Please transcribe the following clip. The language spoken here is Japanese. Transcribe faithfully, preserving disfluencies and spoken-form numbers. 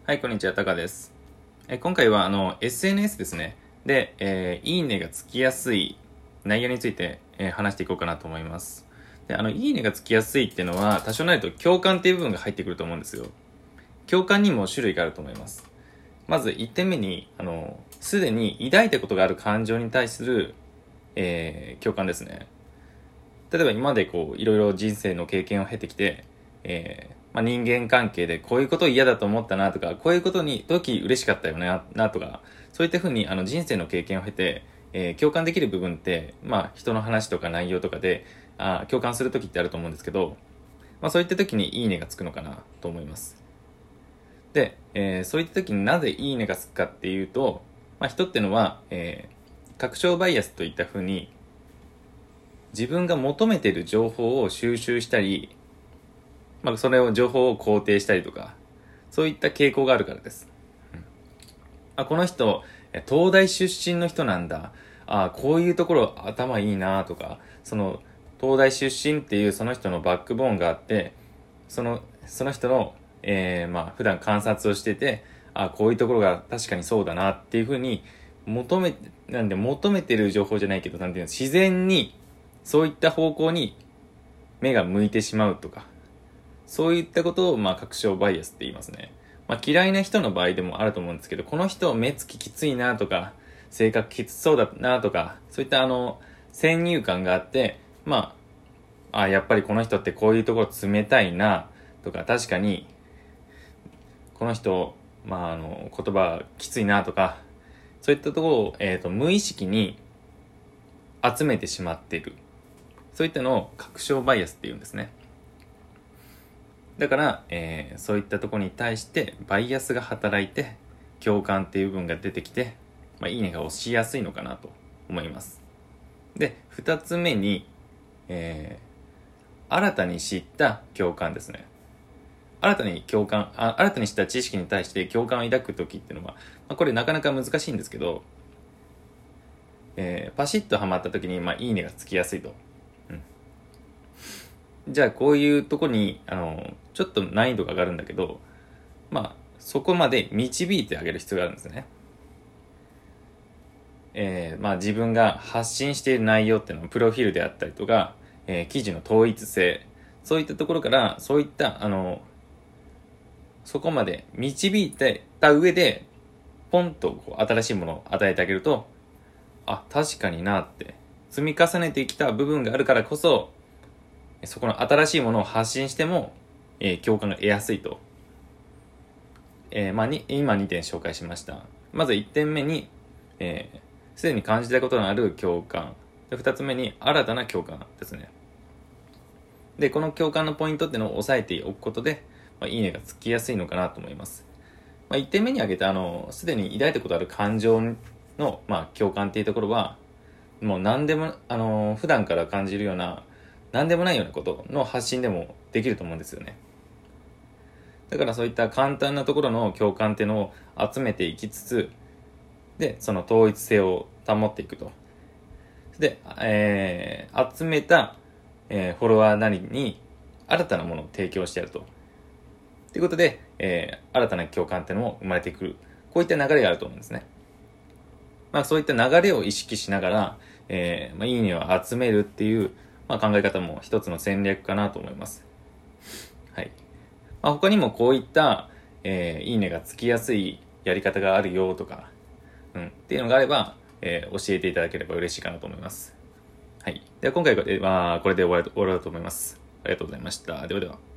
はい、こんにちは、タカです。え今回はあの エスエヌエス ですね。で、えーいいねがつきやすい内容について、えー話していこうかなと思います。で、あの、いいねがつきやすいっていうのは、多少なりと共感っていう部分が入ってくると思うんですよ。共感にも種類があると思います。まずいってんめに、あの、すでに抱いたことがある感情に対する、えー共感ですね。例えば今までこういろいろ人生の経験を経てきて、えーまあ、人間関係でこういうこと嫌だと思ったなとか、こういうことに時嬉しかったよねなとか、そういったふうにあの人生の経験を経て、えー共感できる部分って、まあ、人の話とか内容とかであ共感する時ってあると思うんですけど、まあ、そういった時にいいねがつくのかなと思います。で、えーそういった時になぜいいねがつくかっていうと、まあ、人ってのは、えー確証バイアスといったふうに自分が求めている情報を収集したり、まあ、それを情報を肯定したりとか、そういった傾向があるからです。うん、あ、この人、東大出身の人なんだ。あ、こういうところ頭いいなとか、その、東大出身っていうその人のバックボーンがあって、その、その人の、えー、まあ、普段観察をしてて、あ、こういうところが確かにそうだなっていうふうに、求め、なんで求めてる情報じゃないけど、なんていうの、自然に、そういった方向に目が向いてしまうとか、そういったことを、まあ、確証バイアスって言いますね。まあ、嫌いな人の場合でもあると思うんですけど、この人目つききついなとか、性格きつそうだなとか、そういったあの、先入観があって、まあ、あ、やっぱりこの人ってこういうところ冷たいなとか、確かに、この人、まあ、あの、言葉きついなとか、そういったところを、えっと、無意識に集めてしまっている。そういったのを確証バイアスって言うんですね。だから、えーそういったところに対してバイアスが働いて共感っていう部分が出てきて、まあ、いいねが押しやすいのかなと思います。で、二つ目に、えー新たに知った共感ですね。新たに共感あ、新たに知った知識に対して共感を抱くときっていうのは、まあ、これなかなか難しいんですけど、えーパシッとハマったときに、まあ、いいねがつきやすいと。うんじゃあこういうとこに、あの、ちょっと難易度が上がるんだけど、まあ、そこまで導いてあげる必要があるんですね。えー、まあ自分が発信している内容っていうのは、プロフィールであったりとか、えー、記事の統一性、そういったところから、そういった、あの、そこまで導いてた上で、ポンとこう新しいものを与えてあげると、あ、確かになって、積み重ねてきた部分があるからこそ、そこの新しいものを発信しても、えー共感が得やすいと。えーまあ、に今にてん紹介しました。まずいってんめに、えーすでに感じたことのある共感。で、ふたつめに新たな共感ですね。で、この共感のポイントっていうのを押さえておくことで、まあ、いいねがつきやすいのかなと思います。まあ、いってんめに挙げた、あの、すでに抱いたことある感情の、まあ、共感っていうところは、もう何でも、あの、普段から感じるような、何でもないようなことの発信でもできると思うんですよね。だからそういった簡単なところの共感っていうのを集めていきつつ、で、その統一性を保っていくと。で、えー、集めた、えー、フォロワーなりに新たなものを提供してやると。ということで、えー、新たな共感っていうのも生まれてくる。こういった流れがあると思うんですね。まあそういった流れを意識しながら、えー、まあいいねを集めるっていう、まあ、考え方も一つの戦略かなと思います。はい。まあ、他にもこういった、えー、いいねがつきやすいやり方があるよとか、うん、っていうのがあれば、えー、教えていただければ嬉しいかなと思います。はい。では今回は、これで終わり終わろうと思います。ありがとうございました。ではでは。